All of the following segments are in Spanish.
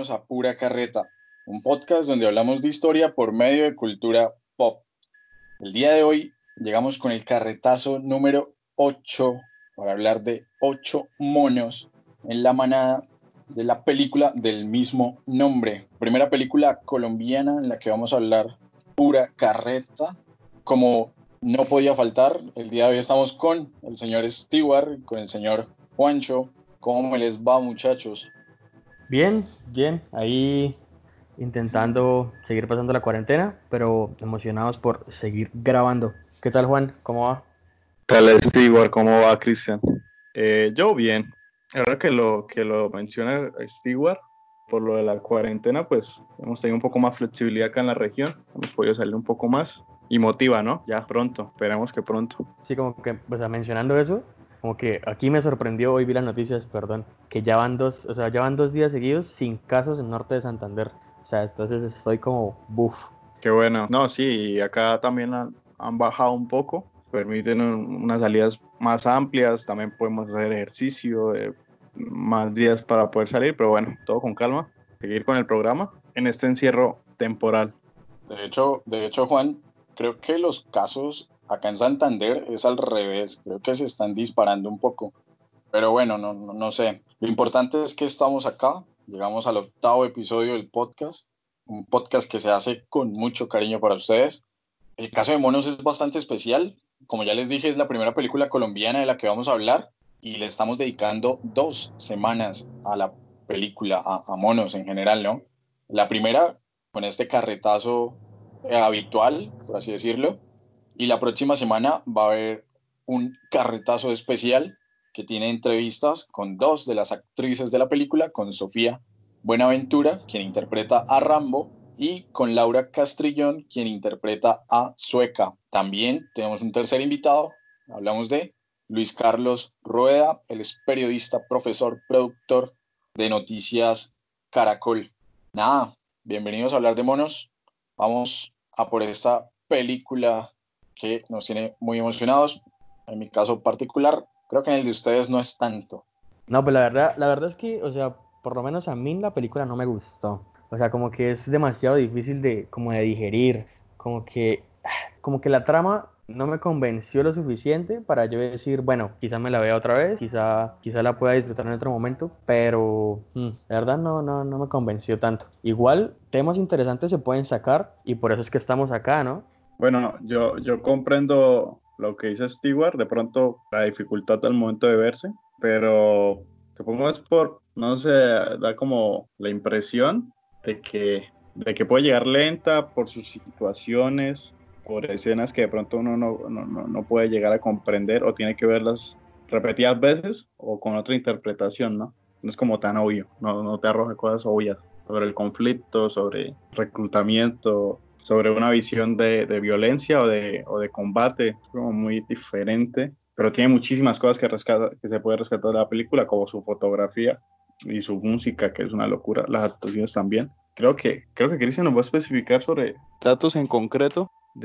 bienvenidos a Pura Carreta, un podcast donde hablamos de historia por medio de cultura pop. El día de hoy llegamos con el carretazo número 8 para hablar de 8 monos en la manada de la película del mismo nombre. Primera película colombiana en la que vamos a hablar Pura Carreta. Como no podía faltar, el día de hoy estamos con el señor Stewart, con el señor Juancho. ¿Cómo me les va, muchachos? Bien, ahí intentando seguir pasando la cuarentena, pero emocionados por seguir grabando. ¿Qué tal, Juan? ¿Cómo va? Tal Stewart, ¿cómo va, Cristian? Yo bien. Ahora que lo menciona Stewart, por lo de la cuarentena, pues hemos tenido un poco más flexibilidad acá en la región, hemos podido salir un poco más y motiva, ¿no? Ya pronto, esperemos que pronto. Sí, como que, mencionando eso, como que aquí me sorprendió, hoy vi las noticias, perdón, que ya van 2 días seguidos sin casos en norte de Santander. O sea, entonces estoy como, buf. Qué bueno. No, sí, acá también han bajado un poco, permiten unas salidas más amplias, también podemos hacer ejercicio, más días para poder salir, pero bueno, todo con calma, seguir con el programa en este encierro temporal. De hecho, Juan, creo que los casos acá en Santander es al revés. Creo que se están disparando un poco. Pero bueno, no sé. Lo importante es que estamos acá. Llegamos al 8º episodio del podcast. Un podcast que se hace con mucho cariño para ustedes. El caso de Monos es bastante especial. Como ya les dije, es la primera película colombiana de la que vamos a hablar. Y le estamos dedicando 2 semanas a la película, a Monos en general, ¿no? La primera con este carretazo habitual, por así decirlo. Y la próxima semana va a haber un carretazo especial que tiene entrevistas con 2 de las actrices de la película, con Sofía Buenaventura, quien interpreta a Rambo, y con Laura Castrillón, quien interpreta a Sueca. También tenemos un tercer invitado, hablamos de Luis Carlos Rueda, él es periodista, profesor, productor de Noticias Caracol. Nada, bienvenidos a hablar de monos. Vamos a por esta película que nos tiene muy emocionados. En mi caso particular, creo que en el de ustedes no es tanto. No, pues la verdad es que, o sea, por lo menos a mí la película no me gustó. O sea, como que es demasiado difícil como de digerir, como que la trama no me convenció lo suficiente para yo decir, bueno, quizá me la vea otra vez, quizá la pueda disfrutar en otro momento, pero la verdad no me convenció tanto. Igual, temas interesantes se pueden sacar y por eso es que estamos acá, ¿no? Bueno, no, yo comprendo lo que dice Stewart, de pronto la dificultad al momento de verse, pero supongo es por, no sé, da como la impresión de que puede llegar lenta por sus situaciones, por escenas que de pronto uno no puede llegar a comprender o tiene que verlas repetidas veces o con otra interpretación, ¿no? No es como tan obvio, no te arroja cosas obvias sobre el conflicto, sobre reclutamiento, sobre una visión de violencia o de combate, es como muy diferente, pero tiene muchísimas cosas que se puede rescatar de la película, como su fotografía y su música, que es una locura, las actuaciones también. Creo que Cristian nos va a especificar sobre datos en concreto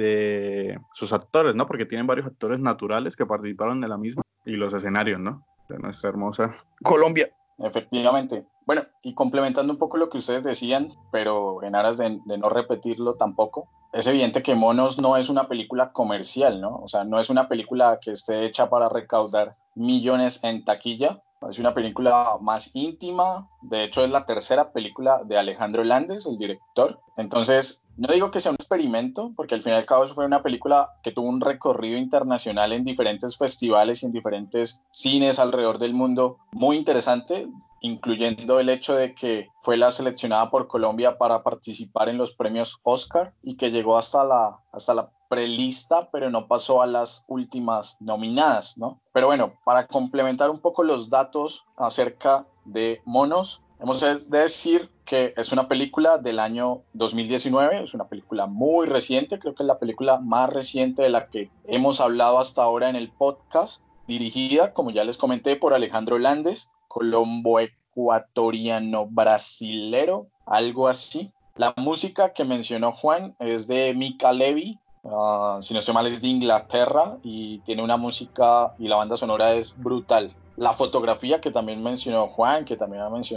de sus actores, ¿no? Porque tienen varios actores naturales que participaron de la misma y los escenarios, ¿no? De nuestra hermosa Colombia. Efectivamente. Bueno, y complementando un poco lo que ustedes decían, pero en aras de no repetirlo tampoco, es evidente que Monos no es una película comercial, ¿no? O sea, no es una película que esté hecha para recaudar millones en taquilla. Es una película más íntima. De hecho, es la tercera película de Alejandro Landes, el director. Entonces, no digo que sea un experimento, porque al fin y al cabo eso fue una película que tuvo un recorrido internacional en diferentes festivales y en diferentes cines alrededor del mundo muy interesante, incluyendo el hecho de que fue la seleccionada por Colombia para participar en los premios Oscar y que llegó hasta la prelista, pero no pasó a las últimas nominadas, ¿no? Pero bueno, para complementar un poco los datos acerca de Monos, hemos de decir que es una película del año 2019, es una película muy reciente, creo que es la película más reciente de la que hemos hablado hasta ahora en el podcast, dirigida, como ya les comenté, por Alejandro Landes, colombo ecuatoriano brasilero, algo así. La música que mencionó Juan es de Mika Levy, si no estoy mal es de Inglaterra y tiene una música y la banda sonora es brutal. La fotografía que también mencionó Juan, que también ha mencionado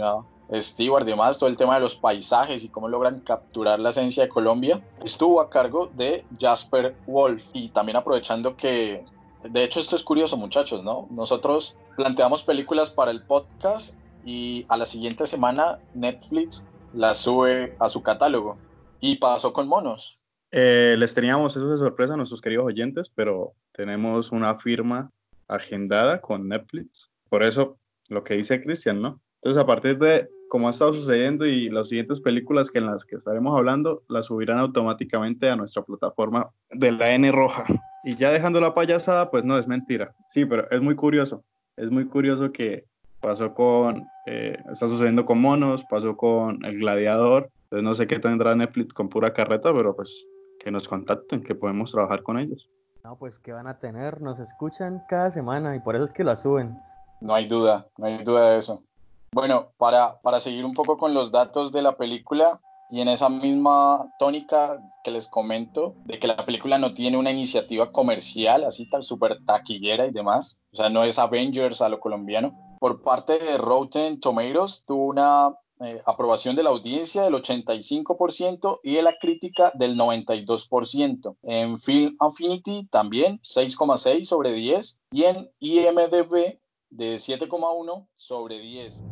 Stewart y demás, todo el tema de los paisajes y cómo logran capturar la esencia de Colombia, estuvo a cargo de Jasper Wolf. Y también aprovechando que, de hecho esto es curioso muchachos, ¿no? Nosotros planteamos películas para el podcast y a la siguiente semana Netflix las sube a su catálogo. Y pasó con Monos. Les teníamos eso de sorpresa a nuestros queridos oyentes, pero tenemos una firma agendada con Netflix. Por eso, lo que dice Cristian, ¿no? Entonces, a partir de cómo ha estado sucediendo y las siguientes películas en las que estaremos hablando, las subirán automáticamente a nuestra plataforma de la N roja. Y ya dejando la payasada, pues no, es mentira. Sí, pero es muy curioso. Es muy curioso que pasó está sucediendo con Monos, pasó con El Gladiador. Entonces, no sé qué tendrá Netflix con pura carreta, pero pues que nos contacten, que podemos trabajar con ellos. No, pues ¿qué van a tener? Nos escuchan cada semana y por eso es que la suben. No hay duda de eso. Bueno, para seguir un poco con los datos de la película y en esa misma tónica que les comento, de que la película no tiene una iniciativa comercial así tan súper taquillera y demás, o sea, no es Avengers a lo colombiano. Por parte de Rotten Tomatoes tuvo una aprobación de la audiencia del 85% y de la crítica del 92%. En Film Affinity también 6,6 sobre 10 y en IMDb de 7,1 sobre 10.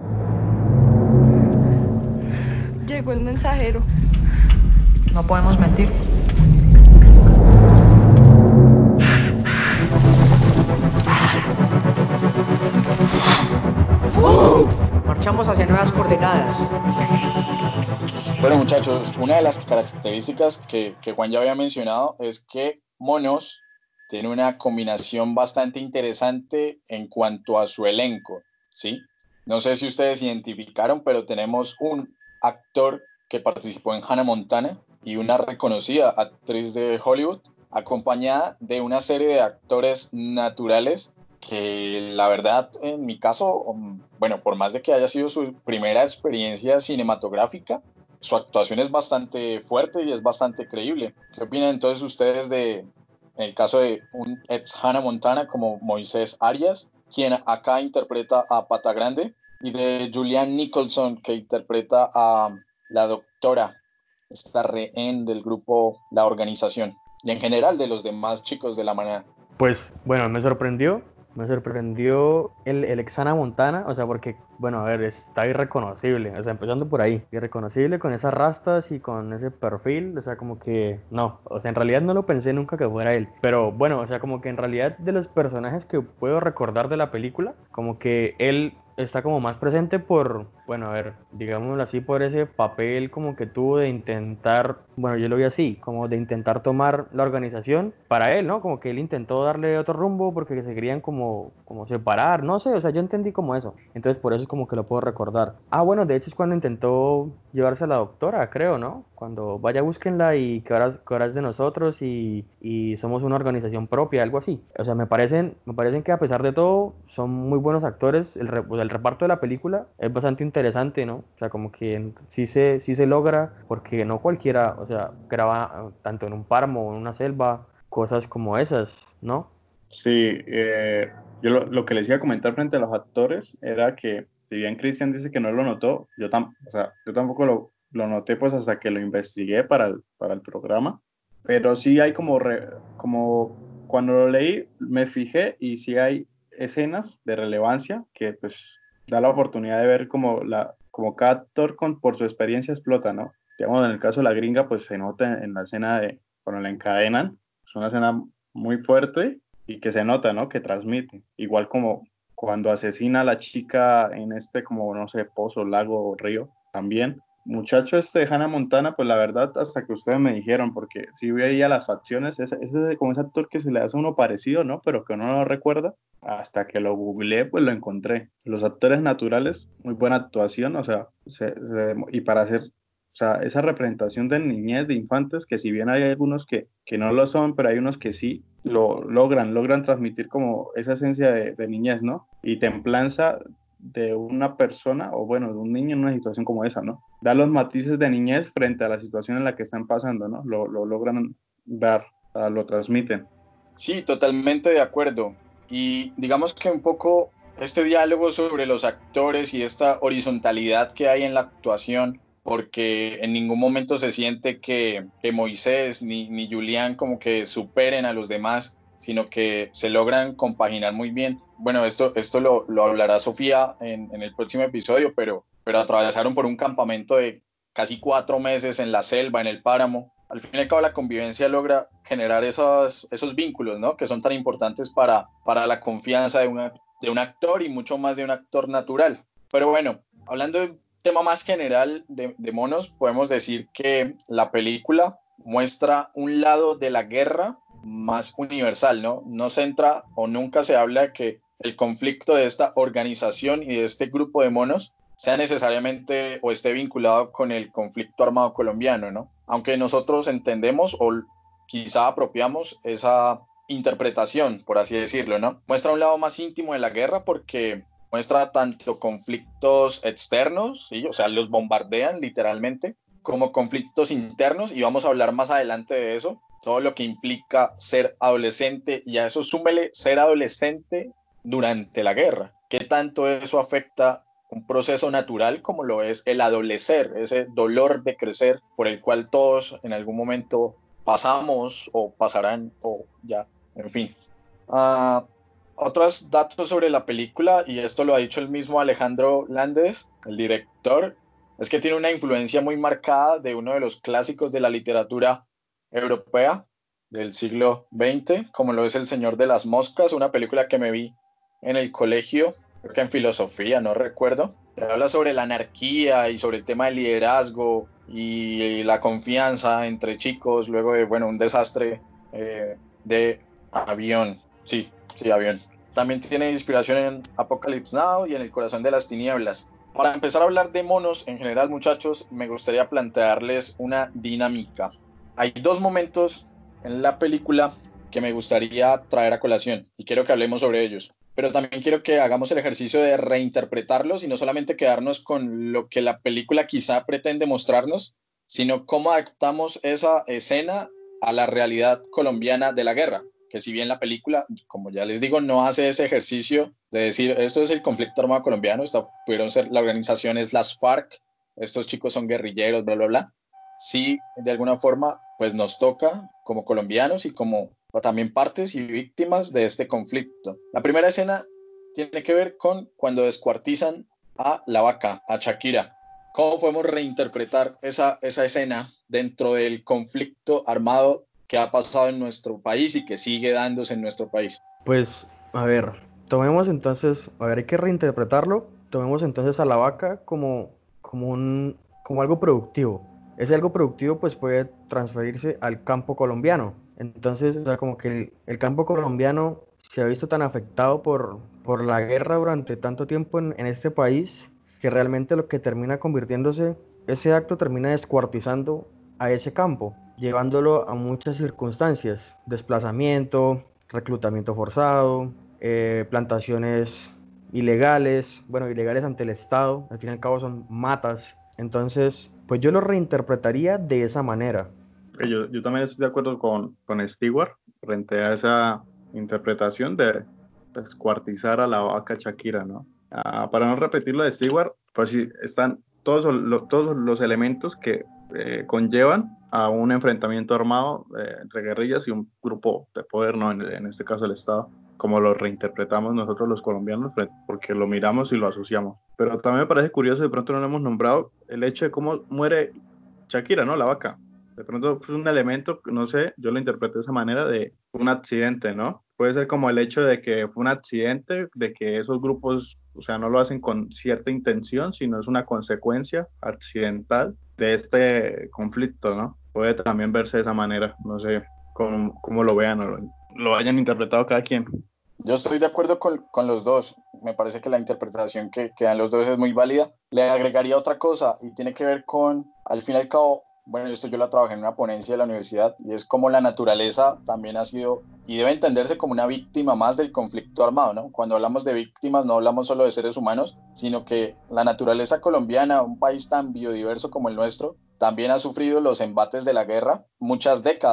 Llegó el mensajero. No podemos mentir. Marchamos hacia nuevas coordenadas. Bueno, muchachos, una de las características que Juan ya había mencionado es que Monos tiene una combinación bastante interesante en cuanto a su elenco, ¿sí? No sé si ustedes identificaron, pero tenemos un actor que participó en Hannah Montana y una reconocida actriz de Hollywood, acompañada de una serie de actores naturales que la verdad, en mi caso, bueno, por más de que haya sido su primera experiencia cinematográfica, su actuación es bastante fuerte y es bastante creíble. ¿Qué opinan entonces ustedes en el caso de un ex Hannah Montana como Moisés Arias, quien acá interpreta a Pata Grande, y de Julianne Nicholson, que interpreta a la doctora, esta rehén del grupo La Organización, y en general de los demás chicos de la manada? Pues bueno, me sorprendió el ex Hannah Montana, o sea, porque, bueno, a ver, está irreconocible, o sea, empezando por ahí, irreconocible con esas rastas y con ese perfil, o sea, como que, no, o sea, en realidad no lo pensé nunca que fuera él, pero bueno, o sea, como que en realidad de los personajes que puedo recordar de la película, como que él está como más presente por, bueno, a ver, digámoslo así, por ese papel como que tuvo de intentar, bueno, yo lo vi así, como de intentar tomar la organización para él, ¿no? Como que él intentó darle otro rumbo porque se querían como separar, no sé, o sea, yo entendí como eso, entonces por eso es como que lo puedo recordar. Ah, bueno, de hecho es cuando intentó llevarse a la doctora, creo, ¿no? Cuando vaya, búsquenla y que ahora es de nosotros y somos una organización propia, algo así. O sea, me parecen que a pesar de todo son muy buenos actores. O sea, el reparto de la película es bastante interesante, ¿no? O sea, como que sí se logra, porque no cualquiera, o sea, graba tanto en un páramo o en una selva, cosas como esas, ¿no? Sí, yo lo que les iba a comentar frente a los actores era que, si bien Cristian dice que no lo notó, o sea, yo tampoco lo noté pues hasta que lo investigué para el programa, pero sí hay como cuando lo leí me fijé y sí hay escenas de relevancia que pues da la oportunidad de ver como cada actor por su experiencia explota, ¿no? Digamos, en el caso de la gringa pues se nota en la escena de cuando la encadenan, es una escena muy fuerte y que se nota, ¿no? Que transmite. Igual como cuando asesina a la chica en como, no sé, pozo, lago o río, también. Muchacho de Hannah Montana, pues la verdad, hasta que ustedes me dijeron, porque si veía las facciones, ese como ese actor que se le hace a uno parecido, ¿no? Pero que uno no lo recuerda, hasta que lo googleé, pues lo encontré. Los actores naturales, muy buena actuación, o sea, y para hacer, o sea, esa representación de niñez, de infantes, que si bien hay algunos que no lo son, pero hay unos que sí lo logran transmitir como esa esencia de niñez, ¿no? Y templanza de una persona, o bueno, de un niño en una situación como esa, ¿no? Da los matices de niñez frente a la situación en la que están pasando, ¿no? Lo logran ver, lo transmiten. Sí, totalmente de acuerdo. Y digamos que un poco este diálogo sobre los actores y esta horizontalidad que hay en la actuación, porque en ningún momento se siente que Moisés ni Julián como que superen a los demás, sino que se logran compaginar muy bien. Bueno, esto lo hablará Sofía en el próximo episodio, pero atravesaron por un campamento de casi 4 meses en la selva, en el páramo. Al fin y al cabo, la convivencia logra generar esos vínculos, ¿no? Que son tan importantes para la confianza de un actor y mucho más de un actor natural. Pero bueno, hablando de un tema más general de monos, podemos decir que la película muestra un lado de la guerra más universal, ¿no? No centra o nunca se habla de que el conflicto de esta organización y de este grupo de monos sea necesariamente o esté vinculado con el conflicto armado colombiano, ¿no? Aunque nosotros entendemos o quizá apropiamos esa interpretación, por así decirlo, ¿no? Muestra un lado más íntimo de la guerra porque muestra tanto conflictos externos, ¿sí? O sea, los bombardean literalmente, como conflictos internos, y vamos a hablar más adelante de eso, todo lo que implica ser adolescente, y a eso súmele ser adolescente durante la guerra. ¿Qué tanto eso afecta un proceso natural como lo es el adolecer, ese dolor de crecer por el cual todos en algún momento pasamos o pasarán o ya, en fin? Otros datos sobre la película, y esto lo ha dicho el mismo Alejandro Landes, el director, es que tiene una influencia muy marcada de uno de los clásicos de la literatura europea del siglo XX, como lo es El Señor de las Moscas, una película que me vi en el colegio, creo que en filosofía, no recuerdo. Habla sobre la anarquía y sobre el tema del liderazgo y la confianza entre chicos luego de, bueno, un desastre de avión. Sí, avión. También tiene inspiración en Apocalypse Now y en El Corazón de las Tinieblas. Para empezar a hablar de monos en general, muchachos, me gustaría plantearles una dinámica. Hay 2 momentos en la película que me gustaría traer a colación y quiero que hablemos sobre ellos. Pero también quiero que hagamos el ejercicio de reinterpretarlos y no solamente quedarnos con lo que la película quizá pretende mostrarnos, sino cómo adaptamos esa escena a la realidad colombiana de la guerra. Que si bien la película, como ya les digo, no hace ese ejercicio de decir esto es el conflicto armado colombiano, pudieron ser la organización es las FARC, estos chicos son guerrilleros, bla, bla, bla. Sí, de alguna forma, pues nos toca como colombianos y como también partes y víctimas de este conflicto. La primera escena tiene que ver con cuando descuartizan a la vaca, a Shakira. ¿Cómo podemos reinterpretar esa escena dentro del conflicto armado que ha pasado en nuestro país y que sigue dándose en nuestro país? Pues, a ver, tomemos entonces, a ver, hay que reinterpretarlo. Tomemos entonces a la vaca como algo productivo. Ese algo productivo pues puede transferirse al campo colombiano. Entonces, o sea, como que el campo colombiano se ha visto tan afectado por la guerra durante tanto tiempo en este país que realmente lo que termina convirtiéndose, ese acto termina descuartizando a ese campo, llevándolo a muchas circunstancias, desplazamiento, reclutamiento forzado, plantaciones ilegales, bueno, ilegales ante el Estado, al fin y al cabo son matas. Entonces, pues yo lo reinterpretaría de esa manera. Yo también estoy de acuerdo con Stewart frente a esa interpretación de descuartizar a la vaca Shakira, ¿no? Para no repetir lo de Stewart, pues sí, están todos los elementos que conllevan a un enfrentamiento armado entre guerrillas y un grupo de poder, ¿no? En este caso el Estado, como lo reinterpretamos nosotros los colombianos, porque lo miramos y lo asociamos. Pero también me parece curioso, de pronto no lo hemos nombrado, el hecho de cómo muere Shakira, ¿no? La vaca. De pronto es un elemento, no sé, yo lo interpreté de esa manera de un accidente, ¿no? Puede ser como el hecho de que fue un accidente, de que esos grupos, o sea, no lo hacen con cierta intención, sino es una consecuencia accidental de este conflicto, ¿no? Puede también verse de esa manera, no sé cómo lo vean o lo hayan interpretado cada quien. Yo estoy de acuerdo con los dos. Me parece que la interpretación que dan los dos es muy válida. Le agregaría otra cosa y tiene que ver con, al fin y al cabo, bueno, esto yo la trabajé en una ponencia de la universidad y es como la naturaleza también ha sido y debe entenderse como una víctima más del conflicto armado, ¿no? Cuando hablamos de víctimas no hablamos solo de seres humanos, sino que la naturaleza colombiana, un país tan biodiverso como el nuestro, también ha sufrido los embates de la guerra muchas décadas.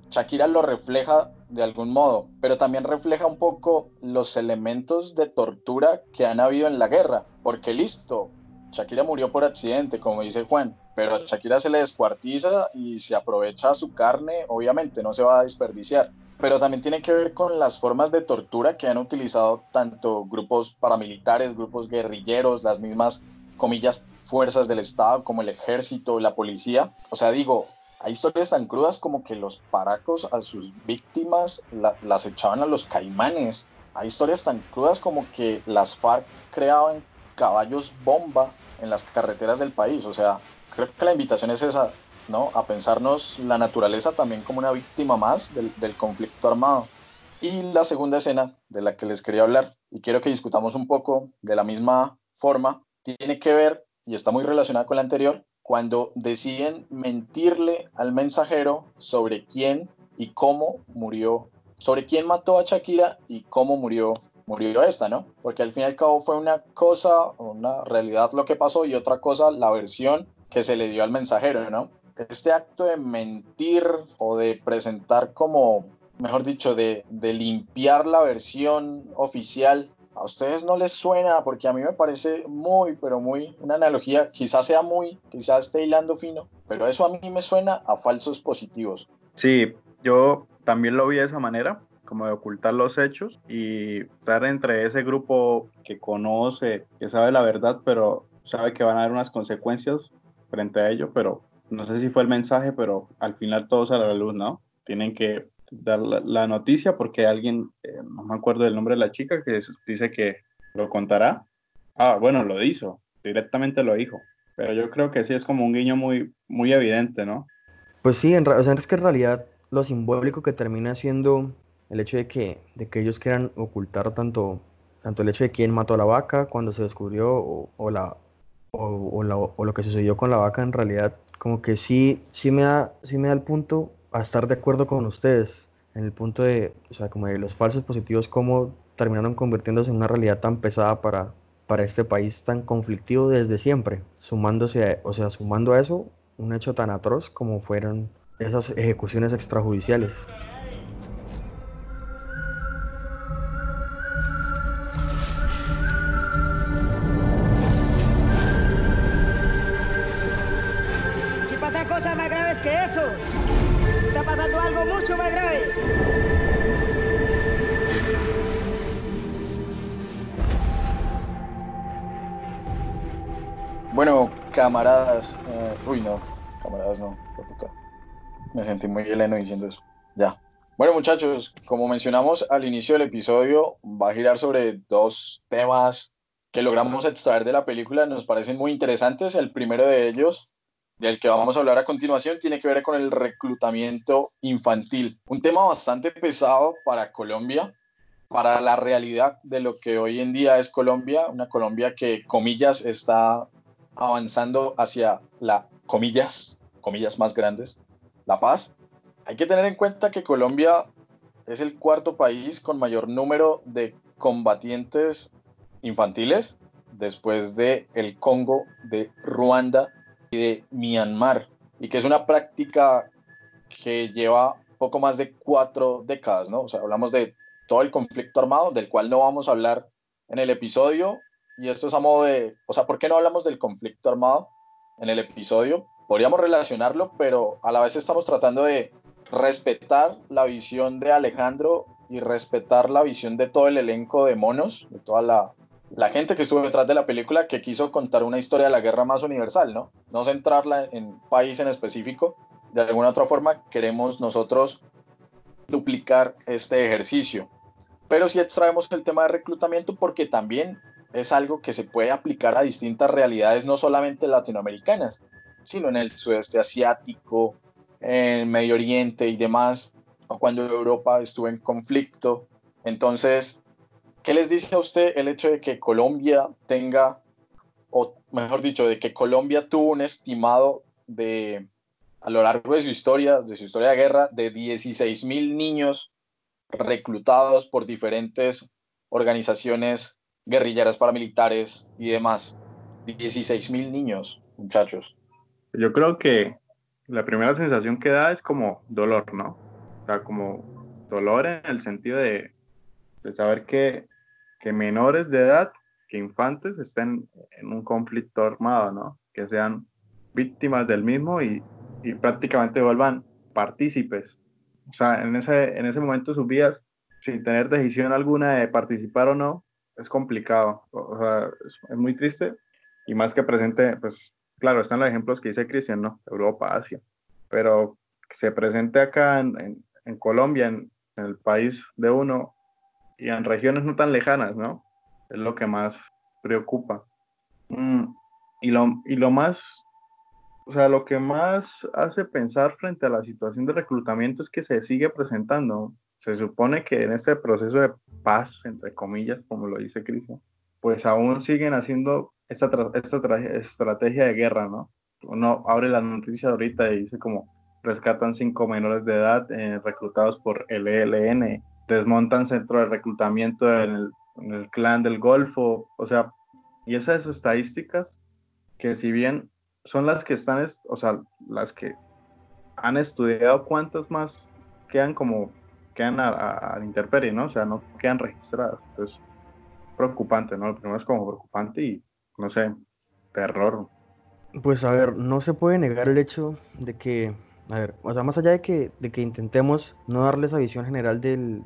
Shakira lo refleja de algún modo, pero también refleja un poco los elementos de tortura que han habido en la guerra, porque listo, Shakira murió por accidente, como dice Juan, pero a Shakira se le descuartiza y se aprovecha su carne, obviamente no se va a desperdiciar, pero también tiene que ver con las formas de tortura que han utilizado tanto grupos paramilitares, grupos guerrilleros, las mismas, comillas, fuerzas del Estado como el ejército, la policía. O sea, digo, hay historias tan crudas como que los paracos a sus víctimas las echaban a los caimanes. Hay historias tan crudas como que las FARC creaban caballos bomba en las carreteras del país. O sea, creo que la invitación es esa, ¿no? A pensarnos la naturaleza también como una víctima más del conflicto armado. Y la segunda escena de la que les quería hablar, y quiero que discutamos un poco de la misma forma, tiene que ver, y está muy relacionada con la anterior, cuando deciden mentirle al mensajero sobre quién y cómo murió, sobre quién mató a Shakira y cómo murió esta, ¿no? Porque al fin y al cabo fue una cosa, una realidad lo que pasó y otra cosa la versión que se le dio al mensajero, ¿no? Este acto de mentir o de presentar como, mejor dicho, de limpiar la versión oficial, ¿a ustedes no les suena? Porque a mí me parece muy, pero muy, una analogía, quizás esté hilando fino, pero eso a mí me suena a falsos positivos. Sí, yo también lo vi de esa manera, como de ocultar los hechos y estar entre ese grupo que conoce, que sabe la verdad, pero sabe que van a haber unas consecuencias frente a ello, pero no sé si fue el mensaje, pero al final todo sale a la luz, ¿no? Tienen que dar la noticia porque alguien, no me acuerdo del nombre de la chica, que dice que lo contará. Ah, bueno, lo hizo, directamente lo dijo, pero yo creo que sí es como un guiño muy, muy evidente, ¿no? Pues sí, o sea, es que en realidad lo simbólico que termina siendo el hecho de que ellos quieran ocultar tanto el hecho de quién mató a la vaca cuando se descubrió o lo que sucedió con la vaca en realidad, como que sí me da el punto a estar de acuerdo con ustedes, en el punto de, o sea, como de los falsos positivos, cómo terminaron convirtiéndose en una realidad tan pesada para este país tan conflictivo desde siempre, sumando a eso un hecho tan atroz como fueron esas ejecuciones extrajudiciales. Aquí pasan cosas más graves que eso. Está pasando algo mucho más grave. Bueno, camaradas, uy no, camaradas no, qué puta. Me sentí muy heleno diciendo eso. Ya. Bueno, muchachos, como mencionamos al inicio del episodio, va a girar sobre dos temas que logramos extraer de la película. Nos parecen muy interesantes. El primero de ellos, del que vamos a hablar a continuación, tiene que ver con el reclutamiento infantil. Un tema bastante pesado para Colombia, para la realidad de lo que hoy en día es Colombia. Una Colombia que, comillas, está avanzando hacia la, comillas más grandes, la paz. Hay que tener en cuenta que Colombia es el cuarto país con mayor número de combatientes infantiles después de el Congo, de Ruanda y de Myanmar, y que es una práctica que lleva poco más de 4 décadas, ¿no? O sea, hablamos de todo el conflicto armado, del cual no vamos a hablar en el episodio, y esto es a modo de, o sea, ¿por qué no hablamos del conflicto armado en el episodio? Podríamos relacionarlo, pero a la vez estamos tratando de respetar la visión de Alejandro y respetar la visión de todo el elenco de monos, de toda la gente que estuvo detrás de la película, que quiso contar una historia de la guerra más universal, ¿no? No centrarla en un país en específico. De alguna otra forma queremos nosotros duplicar este ejercicio. Pero sí extraemos el tema de reclutamiento porque también es algo que se puede aplicar a distintas realidades, no solamente latinoamericanas, sino en el sudeste asiático, en Medio Oriente y demás, o cuando Europa estuvo en conflicto. Entonces, ¿qué les dice a usted el hecho de que Colombia tenga, o mejor dicho, de que Colombia tuvo un estimado de, a lo largo de su historia de guerra, de 16.000 niños reclutados por diferentes organizaciones guerrilleras paramilitares y demás? 16.000 niños, muchachos. Yo creo que la primera sensación que da es como dolor, ¿no? O sea, como dolor en el sentido de saber que menores de edad, que infantes estén en un conflicto armado, ¿no? Que sean víctimas del mismo y prácticamente vuelvan partícipes. O sea, en ese momento de sus vidas, sin tener decisión alguna de participar o no, es complicado. O sea, es muy triste y más que presente, pues claro, están los ejemplos que dice Cristian, ¿no? Europa, Asia, pero que se presente acá en Colombia, en el país de uno y en regiones no tan lejanas, ¿no? Es lo que más preocupa. Mm, y lo más, o sea, lo que más hace pensar frente a la situación de reclutamiento es que se sigue presentando. Se supone que en este proceso de paz, entre comillas, como lo dice Cristian, pues aún siguen haciendo esta estrategia de guerra, ¿no? Uno abre las noticias ahorita y dice como rescatan 5 menores de edad reclutados por el ELN, desmontan centro de reclutamiento en el clan del Golfo, o sea, y esas estadísticas que si bien son las que están, o sea, las que han estudiado cuántas más quedan a la intemperie, ¿no? O sea, no quedan registradas. Entonces, preocupante, ¿no? Lo primero es como preocupante y, no sé, terror. Pues a ver, no se puede negar el hecho de que, a ver, o sea, más allá de que intentemos no darle esa visión general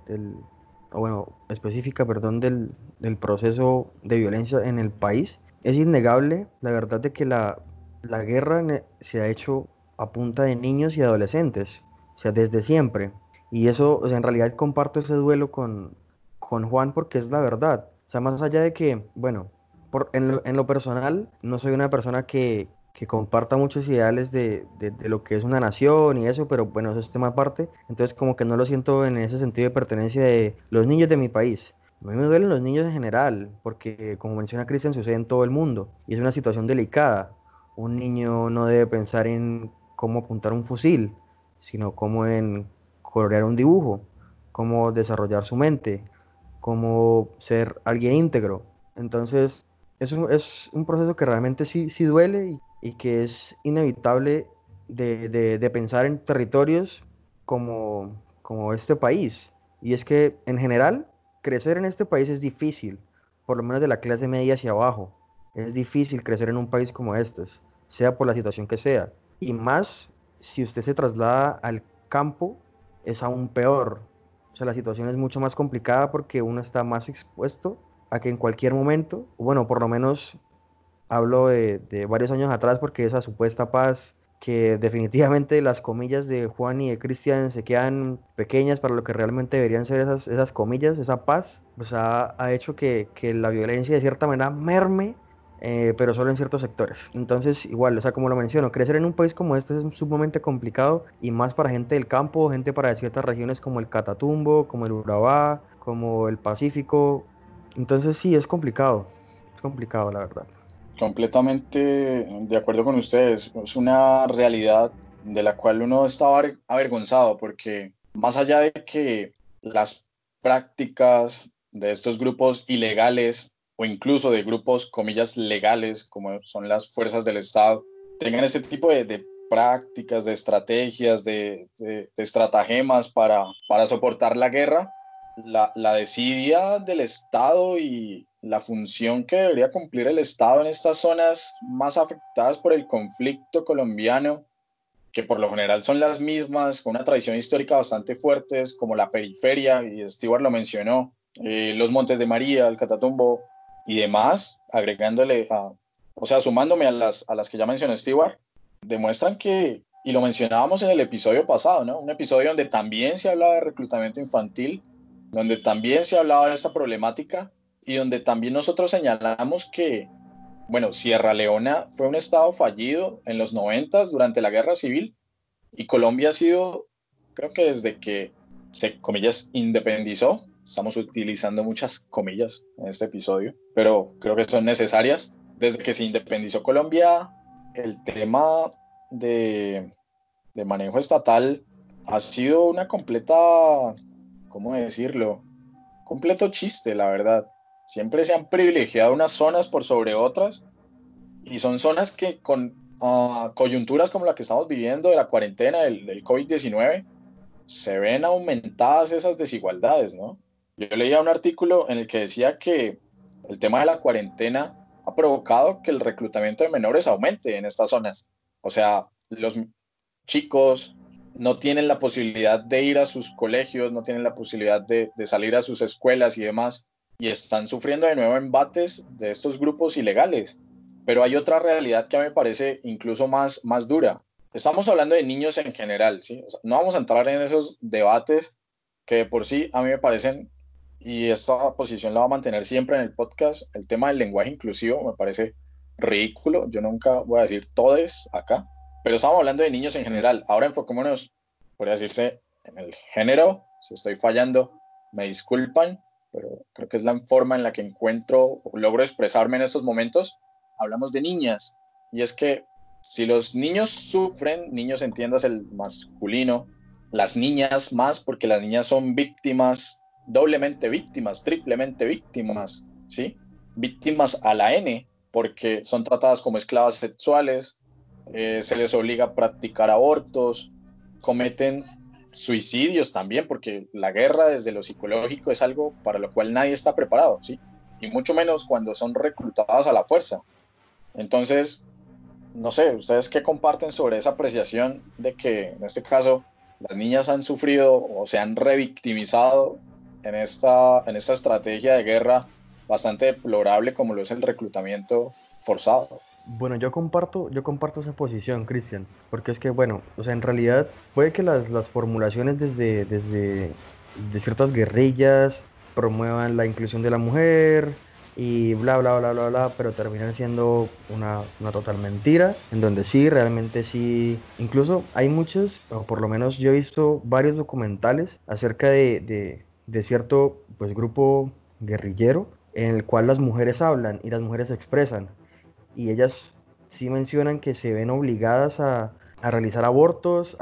o bueno, específica, perdón, del proceso de violencia en el país, es innegable la verdad de que la guerra se ha hecho a punta de niños y adolescentes, o sea, desde siempre. Y eso, o sea, en realidad comparto ese duelo con Juan porque es la verdad. O sea, más allá de que, bueno, en lo personal, no soy una persona que comparta muchos ideales de lo que es una nación y eso, pero bueno, eso es tema aparte. Entonces, como que no lo siento en ese sentido de pertenencia de los niños de mi país. A mí me duelen los niños en general, porque como menciona Cristian, sucede en todo el mundo y es una situación delicada. Un niño no debe pensar en cómo apuntar un fusil, sino cómo en colorear un dibujo, cómo desarrollar su mente, cómo ser alguien íntegro. Entonces, es un proceso que realmente sí duele y que es inevitable de pensar en territorios como este país. Y es que en general, crecer en este país es difícil, por lo menos de la clase media hacia abajo. Es difícil crecer en un país como este, sea por la situación que sea. Y más si usted se traslada al campo, es aún peor. O sea, la situación es mucho más complicada porque uno está más expuesto a que en cualquier momento, bueno, por lo menos hablo de varios años atrás porque esa supuesta paz, que definitivamente las comillas de Juan y de Cristian se quedan pequeñas para lo que realmente deberían ser esas comillas, esa paz, pues ha hecho que la violencia de cierta manera merme, pero solo en ciertos sectores. Entonces, igual, o sea, como lo menciono, crecer en un país como este es sumamente complicado y más para gente del campo, gente para ciertas regiones como el Catatumbo, como el Urabá, como el Pacífico. Entonces, sí, es complicado, la verdad. Completamente de acuerdo con ustedes. Es una realidad de la cual uno está avergonzado porque más allá de que las prácticas de estos grupos ilegales o incluso de grupos, comillas, legales, como son las fuerzas del Estado, tengan este tipo de prácticas, de estrategias, de estratagemas para soportar la guerra, la desidia del Estado y la función que debería cumplir el Estado en estas zonas más afectadas por el conflicto colombiano, que por lo general son las mismas, con una tradición histórica bastante fuerte, como la periferia, y Stewart lo mencionó, los Montes de María, el Catatumbo y demás, agregándole, o sea, sumándome a las que ya mencionó Stewart, demuestran que, y lo mencionábamos en el episodio pasado, ¿no? Un episodio donde también se hablaba de reclutamiento infantil, donde también se hablaba de esta problemática y donde también nosotros señalamos que, bueno, Sierra Leona fue un estado fallido en los 90 durante la guerra civil y Colombia ha sido, creo que desde que se, comillas, independizó, estamos utilizando muchas comillas en este episodio, pero creo que son necesarias. Desde que se independizó Colombia, el tema de, de manejo estatal ha sido una completa, ¿cómo decirlo? Completo chiste, la verdad. Siempre se han privilegiado unas zonas por sobre otras y son zonas que con coyunturas como la que estamos viviendo de la cuarentena del COVID-19 se ven aumentadas esas desigualdades, ¿no? Yo leía un artículo en el que decía que el tema de la cuarentena ha provocado que el reclutamiento de menores aumente en estas zonas. O sea, los chicos no tienen la posibilidad de ir a sus colegios, no tienen la posibilidad de salir a sus escuelas y demás, y están sufriendo de nuevo embates de estos grupos ilegales. Pero hay otra realidad que a mí me parece incluso más dura. Estamos hablando de niños en general, ¿sí? O sea, no vamos a entrar en esos debates que de por sí a mí me parecen, y esta posición la va a mantener siempre en el podcast, el tema del lenguaje inclusivo me parece ridículo. Yo nunca voy a decir todes acá, pero estamos hablando de niños en general. Ahora enfoquémonos, podría decirse, en el género. Si estoy fallando, me disculpan, pero creo que es la forma en la que encuentro o logro expresarme en estos momentos. Hablamos de niñas, y es que si los niños sufren, niños entiendas el masculino, las niñas más, porque las niñas son víctimas, doblemente víctimas, triplemente víctimas, ¿sí? Víctimas a la N, porque son tratadas como esclavas sexuales, se les obliga a practicar abortos, cometen suicidios también, porque la guerra desde lo psicológico es algo para lo cual nadie está preparado, ¿sí? Y mucho menos cuando son reclutadas a la fuerza. Entonces, no sé, ¿ustedes qué comparten sobre esa apreciación de que en este caso las niñas han sufrido o se han revictimizado en esta estrategia de guerra bastante deplorable como lo es el reclutamiento forzado? Bueno, yo comparto esa posición, Cristian, porque es que, bueno, o sea, en realidad puede que las formulaciones de ciertas guerrillas promuevan la inclusión de la mujer y bla, bla, bla, bla, bla, pero terminan siendo una total mentira, en donde sí, realmente sí, incluso hay muchos, o por lo menos yo he visto varios documentales acerca de cierto, pues, grupo guerrillero en el cual las mujeres hablan y las mujeres se expresan y ellas sí mencionan que se ven obligadas a realizar abortos,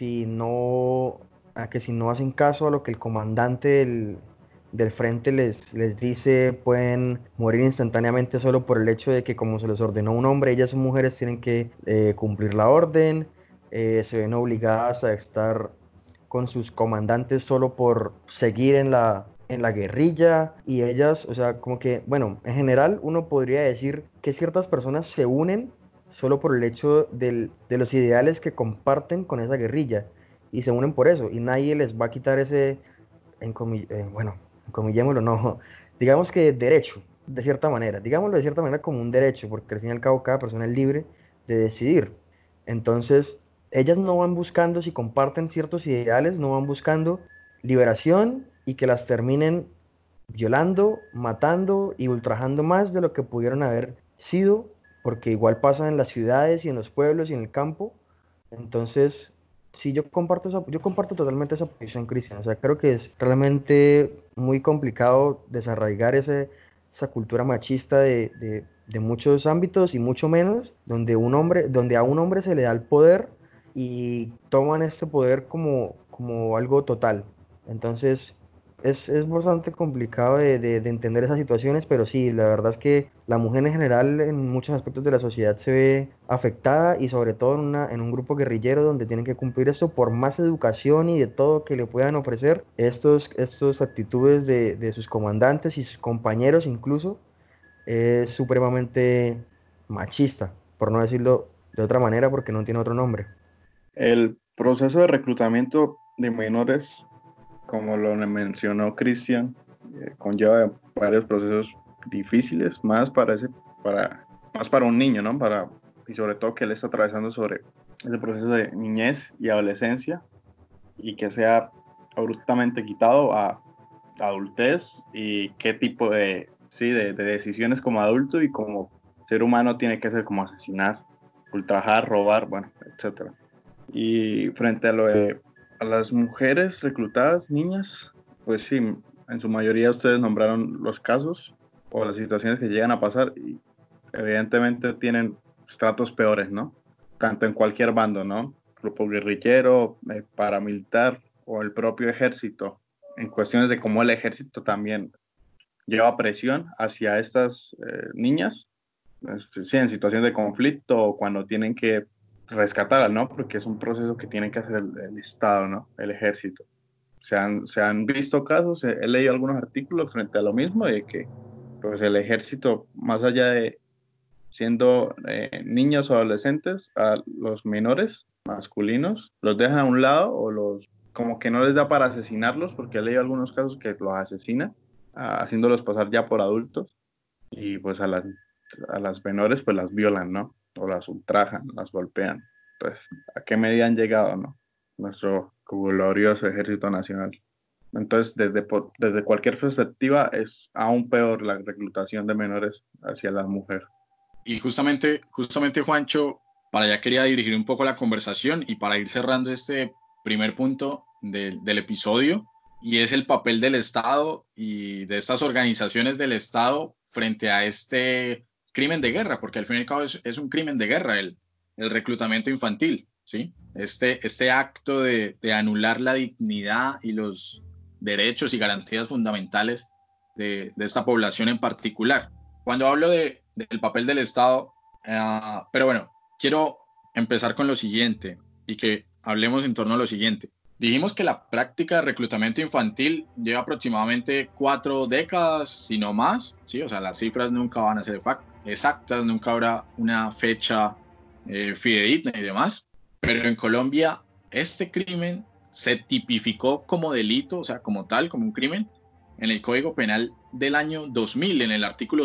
a que si no hacen caso a lo que el comandante del frente les dice, pueden morir instantáneamente solo por el hecho de que como se les ordenó a un hombre, ellas mujeres tienen que cumplir la orden, se ven obligadas a estar con sus comandantes solo por seguir en la guerrilla y ellas, o sea, como que, bueno, en general uno podría decir que ciertas personas se unen solo por el hecho de los ideales que comparten con esa guerrilla y se unen por eso y nadie les va a quitar ese, bueno, encomillémoslo, no, digamos que derecho, de cierta manera, digámoslo de cierta manera como un derecho, porque al fin y al cabo cada persona es libre de decidir. Entonces, ellas no van buscando, si comparten ciertos ideales, no van buscando liberación y que las terminen violando, matando y ultrajando más de lo que pudieron haber sido, porque igual pasa en las ciudades y en los pueblos y en el campo. Entonces, sí, yo comparto totalmente esa posición, Cristian. O sea, creo que es realmente muy complicado desarraigar esa cultura machista de muchos ámbitos y mucho menos donde a un hombre se le da el poder y toman este poder como algo total. Entonces, es bastante complicado de entender esas situaciones, pero sí, la verdad es que la mujer en general en muchos aspectos de la sociedad se ve afectada y sobre todo en un grupo guerrillero donde tienen que cumplir eso por más educación y de todo que le puedan ofrecer, estos actitudes de sus comandantes y sus compañeros incluso es supremamente machista, por no decirlo de otra manera porque no tiene otro nombre. El proceso de reclutamiento de menores, como lo mencionó Cristian, conlleva varios procesos difíciles, más para un niño, ¿no? Y sobre todo que él está atravesando sobre ese proceso de niñez y adolescencia y que sea abruptamente quitado a adultez y qué tipo de decisiones como adulto y como ser humano tiene que hacer, como asesinar, ultrajar, robar, bueno, etcétera. Y frente a las mujeres reclutadas, niñas, pues sí, en su mayoría ustedes nombraron los casos o las situaciones que llegan a pasar y evidentemente tienen tratos peores, ¿no? Tanto en cualquier bando, ¿no? Grupo guerrillero, paramilitar o el propio ejército, en cuestiones de cómo el ejército también lleva presión hacia estas niñas, sí, en situaciones de conflicto o cuando tienen que rescatarla, ¿no? Porque es un proceso que tiene que hacer el Estado, ¿no? El ejército. Se han visto casos, he leído algunos artículos frente a lo mismo, de que pues el ejército, más allá de siendo niños o adolescentes, a los menores masculinos, los dejan a un lado o como que no les da para asesinarlos, porque he leído algunos casos que los asesinan, haciéndolos pasar ya por adultos, y pues a las menores pues las violan, ¿no? O las ultrajan, las golpean. Entonces, ¿a qué medida han llegado, no? Nuestro glorioso Ejército Nacional. Entonces, desde cualquier perspectiva, es aún peor la reclutación de menores hacia la mujer. Y justamente Juancho, para allá quería dirigir un poco la conversación y para ir cerrando este primer punto del episodio, y es el papel del Estado y de estas organizaciones del Estado frente a este crimen de guerra, porque al fin y al cabo es un crimen de guerra el reclutamiento infantil, ¿sí? Este acto de anular la dignidad y los derechos y garantías fundamentales de esta población en particular. Cuando hablo del papel del Estado, pero bueno, quiero empezar con lo siguiente y que hablemos en torno a lo siguiente. Dijimos que la práctica de reclutamiento infantil lleva aproximadamente 4 décadas, si no más, ¿sí? O sea, las cifras nunca van a ser exactas, nunca habrá una fecha fidedigna y demás, pero en Colombia este crimen se tipificó como delito, o sea, como tal, como un crimen, en el Código Penal del año 2000, en el artículo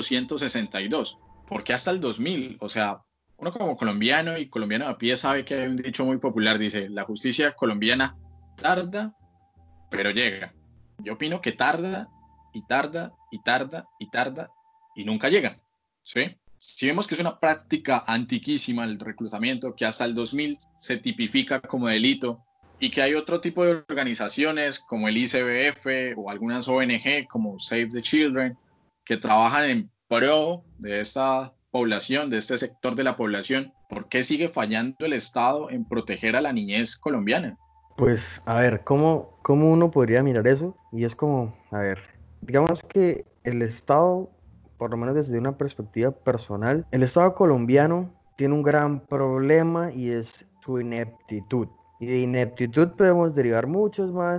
162. ¿Por qué hasta el 2000? O sea, uno como colombiano y colombiano a pie sabe que hay un dicho muy popular, dice, la justicia colombiana tarda, pero llega. Yo opino que tarda y tarda y tarda y tarda y nunca llega, ¿sí? Si vemos que es una práctica antiquísima el reclutamiento, que hasta el 2000 se tipifica como delito, y que hay otro tipo de organizaciones como el ICBF o algunas ONG como Save the Children que trabajan en pro de esta población, de este sector de la población, ¿por qué sigue fallando el Estado en proteger a la niñez colombiana? Pues, a ver, ¿cómo uno podría mirar eso? Y es como, a ver, digamos que el Estado, por lo menos desde una perspectiva personal, el Estado colombiano tiene un gran problema y es su ineptitud. Y de ineptitud podemos derivar muchos más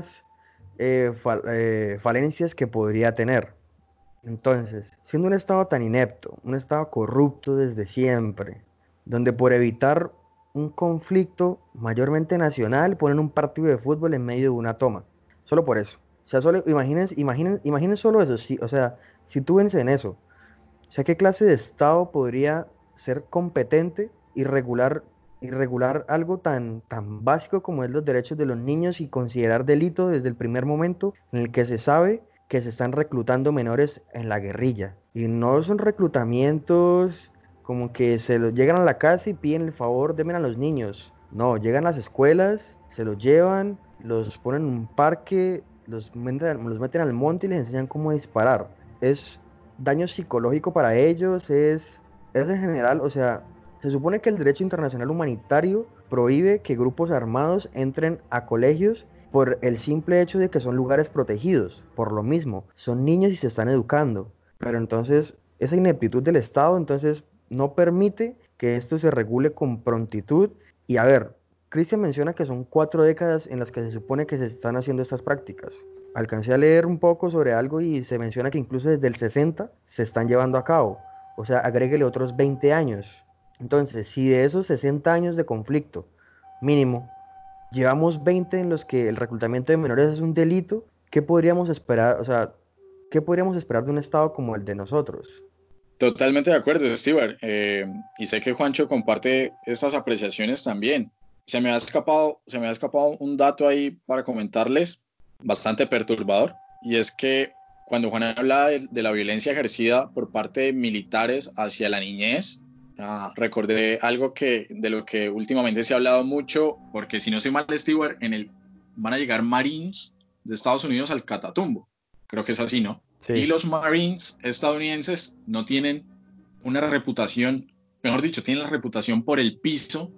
falencias que podría tener. Entonces, siendo un Estado tan inepto, un Estado corrupto desde siempre, donde por evitar un conflicto mayormente nacional ponen un partido de fútbol en medio de una toma, solo por eso. O sea, solo imaginen solo eso, sí, o sea, sitúense en eso. O sea, ¿qué clase de Estado podría ser competente y regular algo tan básico como es los derechos de los niños y considerar delito desde el primer momento en el que se sabe que se están reclutando menores en la guerrilla? Y no son reclutamientos como que se los llegan a la casa y piden el favor, denme a los niños. No, llegan a las escuelas, se los llevan, los ponen en un parque, los meten al monte y les enseñan cómo disparar. Es daño psicológico para ellos, es en general, o sea, se supone que el derecho internacional humanitario prohíbe que grupos armados entren a colegios por el simple hecho de que son lugares protegidos. Por lo mismo, son niños y se están educando. Pero entonces, esa ineptitud del Estado, entonces, no permite que esto se regule con prontitud. Y a ver, Cristian menciona que son 4 décadas en las que se supone que se están haciendo estas prácticas. Alcancé a leer un poco sobre algo y se menciona que incluso desde el 60 se están llevando a cabo. O sea, agréguele otros 20 años. Entonces, si de esos 60 años de conflicto, mínimo, llevamos 20 en los que el reclutamiento de menores es un delito, ¿qué podríamos esperar? O sea, ¿qué podríamos esperar de un Estado como el de nosotros? Totalmente de acuerdo, Stewart. Y sé que Juancho comparte estas apreciaciones también. Se me ha escapado un dato ahí para comentarles, bastante perturbador, y es que cuando Juan hablaba de la violencia ejercida por parte de militares hacia la niñez, recordé algo de lo que últimamente se ha hablado mucho, porque si no soy mal, Stewart, van a llegar Marines de Estados Unidos al Catatumbo. Creo que es así, ¿no? Sí. Y los Marines estadounidenses no tienen una reputación, mejor dicho, tienen la reputación por el piso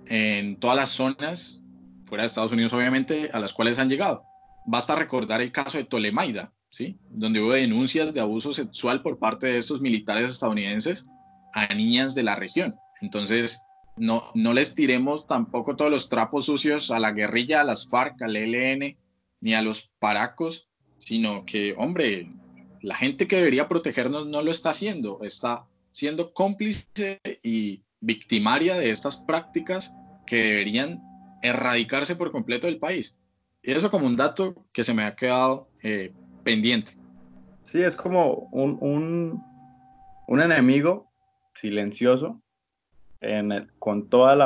en todas las zonas, fuera de Estados Unidos obviamente, a las cuales han llegado. Basta recordar el caso de Tolemaida, ¿sí? Donde hubo denuncias de abuso sexual por parte de estos militares estadounidenses a niñas de la región. Entonces, no les tiremos tampoco todos los trapos sucios a la guerrilla, a las FARC, al ELN, ni a los paracos, sino que, hombre, la gente que debería protegernos no lo está haciendo, está siendo cómplice y victimaria de estas prácticas que deberían erradicarse por completo del país. Y eso como un dato que se me ha quedado pendiente. Sí, es como un enemigo silencioso con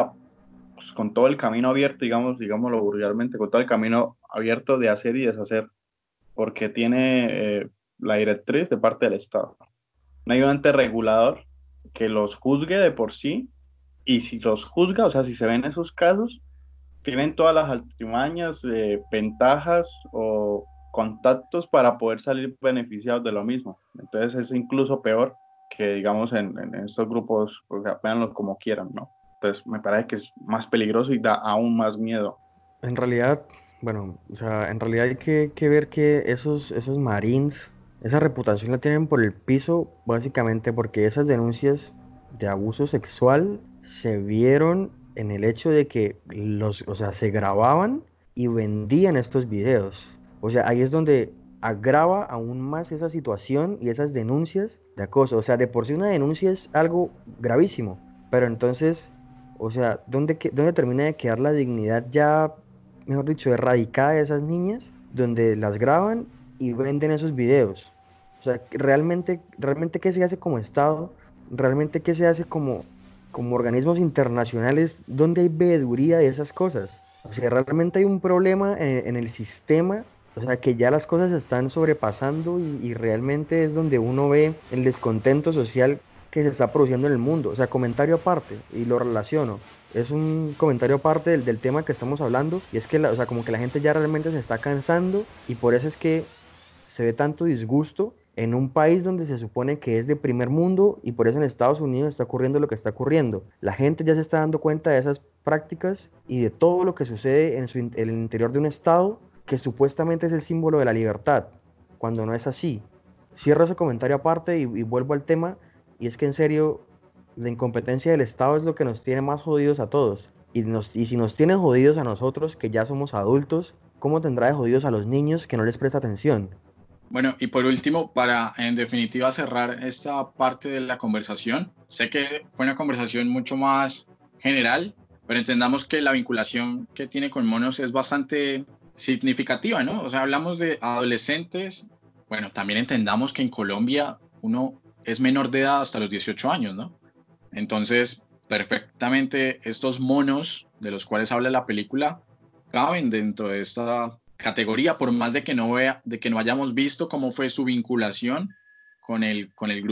con todo el camino abierto, digámoslo vulgarmente, con todo el camino abierto de hacer y deshacer, porque tiene la directriz de parte del Estado. No hay un ente regulador que los juzgue de por sí, y si los juzga, o sea, si se ven esos casos, tienen todas las artimañas, ventajas o contactos para poder salir beneficiados de lo mismo. Entonces es incluso peor que, digamos, en estos grupos, pues, véanlos como quieran, ¿no? Entonces me parece que es más peligroso y da aún más miedo. En realidad, bueno, o sea, en realidad hay que ver que esos Marines, esa reputación la tienen por el piso, básicamente porque esas denuncias de abuso sexual se vieron en el hecho de que o sea, se grababan y vendían estos videos. O sea, ahí es donde agrava aún más esa situación y esas denuncias de acoso. O sea, de por sí una denuncia es algo gravísimo, pero entonces, o sea, ¿dónde termina de quedar la dignidad ya, mejor dicho, erradicada de esas niñas? Donde las graban y venden esos videos. O sea, realmente ¿qué se hace como Estado? ¿Realmente qué se hace como organismos internacionales donde hay veeduría de esas cosas? O sea, realmente hay un problema en el sistema, o sea, que ya las cosas se están sobrepasando y realmente es donde uno ve el descontento social que se está produciendo en el mundo. O sea, comentario aparte, y lo relaciono. Es un comentario aparte del tema que estamos hablando, y es que, o sea, como que la gente ya realmente se está cansando, y por eso es que se ve tanto disgusto en un país donde se supone que es de primer mundo, y por eso en Estados Unidos está ocurriendo lo que está ocurriendo. La gente ya se está dando cuenta de esas prácticas y de todo lo que sucede en el interior de un estado que supuestamente es el símbolo de la libertad, cuando no es así. Cierro ese comentario aparte y vuelvo al tema, y es que en serio, la incompetencia del Estado es lo que nos tiene más jodidos a todos. Y si nos tiene jodidos a nosotros, que ya somos adultos, ¿cómo tendrá de jodidos a los niños que no les presta atención? Bueno, y por último, para en definitiva cerrar esta parte de la conversación, sé que fue una conversación mucho más general, pero entendamos que la vinculación que tiene con monos es bastante significativa, ¿no? O sea, hablamos de adolescentes, bueno, también entendamos que en Colombia uno es menor de edad hasta los 18 años, ¿no? Entonces, perfectamente estos monos de los cuales habla la película caben dentro de esta categoría, por más de que no hayamos visto cómo fue su vinculación con el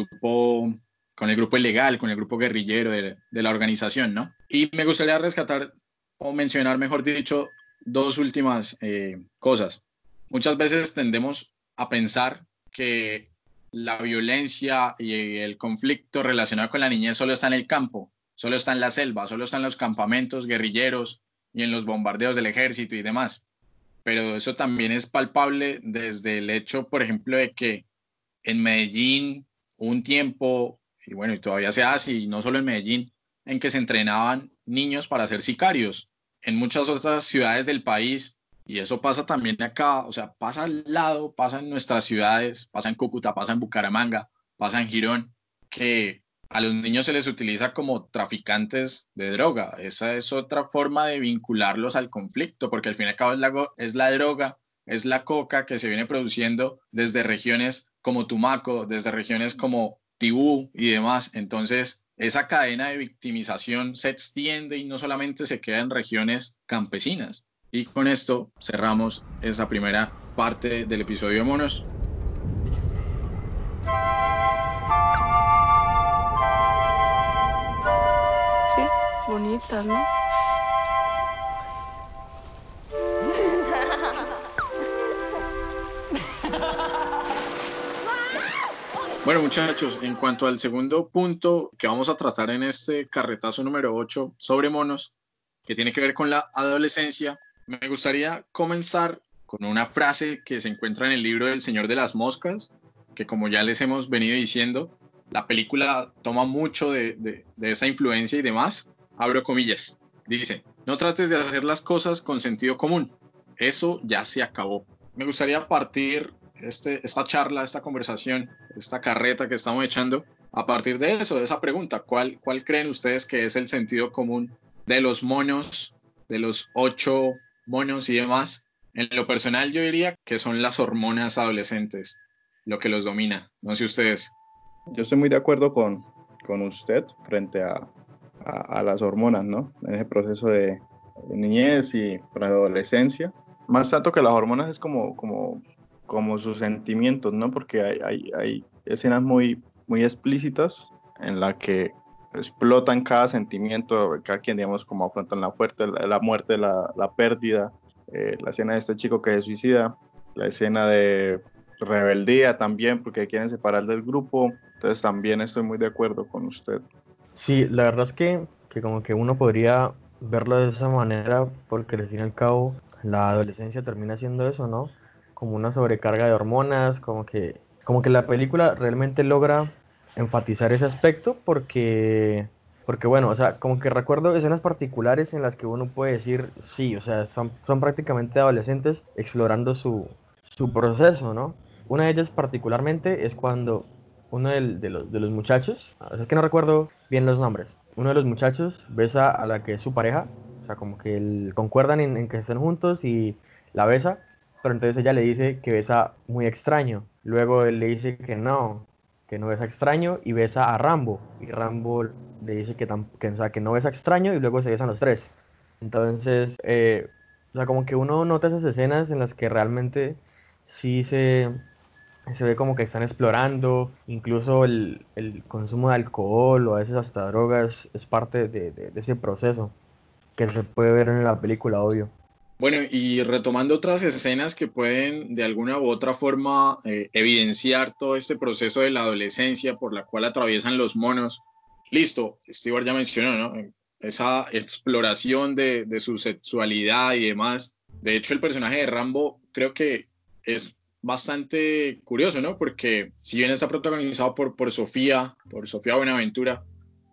grupo ilegal, con el grupo guerrillero de la organización, ¿no? Y me gustaría rescatar o mencionar, mejor dicho, dos últimas cosas. Muchas veces tendemos a pensar que la violencia y el conflicto relacionado con la niñez solo está en el campo, solo está en la selva, solo está en los campamentos guerrilleros y en los bombardeos del ejército y demás. Pero eso también es palpable desde el hecho, por ejemplo, de que en Medellín hubo un tiempo, y bueno, y todavía se hace, y no solo en Medellín, en que se entrenaban niños para ser sicarios. En muchas otras ciudades del país, y eso pasa también acá, o sea, pasa al lado, pasa en nuestras ciudades, pasa en Cúcuta, pasa en Bucaramanga, pasa en Girón, que a los niños se les utiliza como traficantes de droga. Esa es otra forma de vincularlos al conflicto, porque al fin y al cabo es la droga, es la coca que se viene produciendo desde regiones como Tumaco, desde regiones como Tibú y demás. Entonces, esa cadena de victimización se extiende y no solamente se queda en regiones campesinas. Y con esto cerramos esa primera parte del episodio de Monos. Sí, bonitas, ¿no? Bueno, muchachos, en cuanto al segundo punto que vamos a tratar en este carretazo número 8 sobre monos, que tiene que ver con la adolescencia, me gustaría comenzar con una frase que se encuentra en el libro del Señor de las Moscas, que como ya les hemos venido diciendo, la película toma mucho de esa influencia y demás, abro comillas, dice, no trates de hacer las cosas con sentido común, eso ya se acabó. Me gustaría partir esta charla, esta conversación, esta carreta que estamos echando, a partir de eso, de esa pregunta, ¿cuál creen ustedes que es el sentido común de los monos, de los 8 monos y demás? En lo personal yo diría que son las hormonas adolescentes lo que los domina, no sé ustedes. Yo estoy muy de acuerdo con usted frente a las hormonas, ¿no? En ese proceso de niñez y preadolescencia. Más tanto que las hormonas es como sus sentimientos, ¿no? Porque hay escenas muy explícitas en la que explotan cada sentimiento, cada quien, digamos, como afrontan la muerte, la pérdida, la escena de este chico que se suicida, la escena de rebeldía también, porque quieren separar del grupo. Entonces también estoy muy de acuerdo con usted. Sí, la verdad es que como que uno podría verlo de esa manera, porque al fin y al cabo la adolescencia termina siendo eso, ¿no? Como una sobrecarga de hormonas, como que la película realmente logra enfatizar ese aspecto porque bueno, o sea, como que recuerdo escenas particulares en las que uno puede decir, sí, o sea, son prácticamente adolescentes explorando su proceso, ¿no? Una de ellas particularmente es cuando uno de los muchachos, o sea, es que no recuerdo bien los nombres, uno de los muchachos besa a la que es su pareja, o sea, como que concuerdan en que estén juntos y la besa, pero entonces ella le dice que besa muy extraño. Luego él le dice que no besa extraño y besa a Rambo. Y Rambo le dice o sea, que no besa extraño y luego se besan los tres. Entonces, o sea, como que uno nota esas escenas en las que realmente sí se ve como que están explorando, incluso el consumo de alcohol o a veces hasta drogas es parte de ese proceso que se puede ver en la película, obvio. Bueno, y retomando otras escenas que pueden de alguna u otra forma evidenciar todo este proceso de la adolescencia por la cual atraviesan los monos. Listo, Stewart ya mencionó, ¿no? Esa exploración de su sexualidad y demás. De hecho, el personaje de Rambo creo que es bastante curioso, ¿no? Porque si bien está protagonizado por Sofía Buenaventura,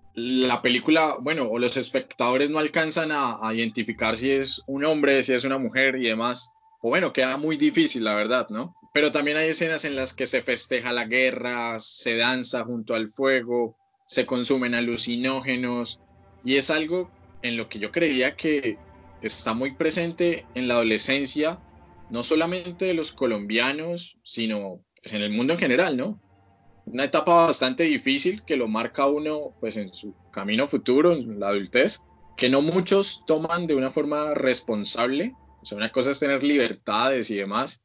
la película, bueno, o los espectadores no alcanzan a identificar si es un hombre, si es una mujer y demás. O bueno, queda muy difícil, la verdad, ¿no? Pero también hay escenas en las que se festeja la guerra, se danza junto al fuego, se consumen alucinógenos, y es algo en lo que yo creía que está muy presente en la adolescencia, no solamente de los colombianos, sino pues, en el mundo en general, ¿no? Una etapa bastante difícil que lo marca uno pues en su camino futuro, en la adultez, que no muchos toman de una forma responsable. O sea, una cosa es tener libertades y demás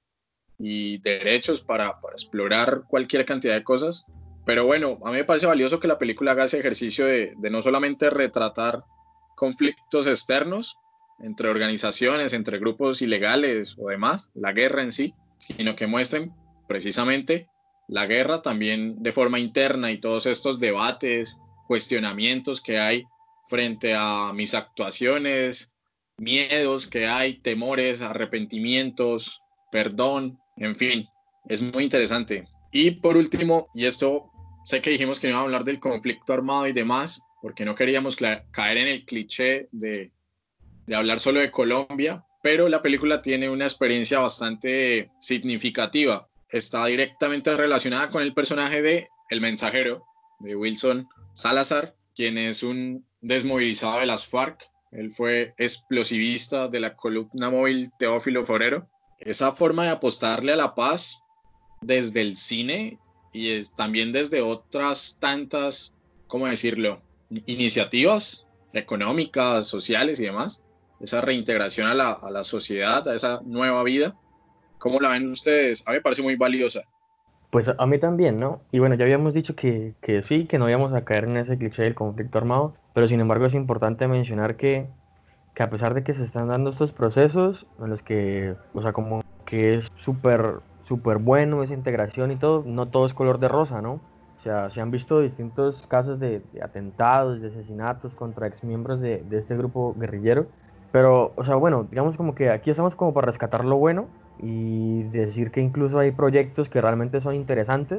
y derechos para explorar cualquier cantidad de cosas, pero bueno, a mí me parece valioso que la película haga ese ejercicio de no solamente retratar conflictos externos entre organizaciones, entre grupos ilegales o demás, la guerra en sí, sino que muestren precisamente la guerra también de forma interna y todos estos debates, cuestionamientos que hay frente a mis actuaciones, miedos que hay, temores, arrepentimientos, perdón, en fin, es muy interesante. Y por último, y esto sé que dijimos que no íbamos a hablar del conflicto armado y demás, porque no queríamos caer en el cliché de hablar solo de Colombia, pero la película tiene una experiencia bastante significativa. Está directamente relacionada con el personaje de El Mensajero, de Wilson Salazar, quien es un desmovilizado de las FARC. Él fue explosivista de la columna móvil Teófilo Forero. Esa forma de apostarle a la paz desde el cine y también desde otras tantas, ¿cómo decirlo?, iniciativas económicas, sociales y demás. Esa reintegración a la sociedad, a esa nueva vida. ¿Cómo la ven ustedes? A mí me parece muy valiosa. Pues a mí también, ¿no? Y bueno, ya habíamos dicho que sí, que no íbamos a caer en ese cliché del conflicto armado, pero sin embargo es importante mencionar que a pesar de que se están dando estos procesos en los que, o sea, como que es súper bueno esa integración y todo, no todo es color de rosa, ¿no? O sea, se han visto distintos casos de atentados, de asesinatos contra exmiembros de este grupo guerrillero, pero, o sea, bueno, digamos como que aquí estamos como para rescatar lo bueno y decir que incluso hay proyectos que realmente son interesantes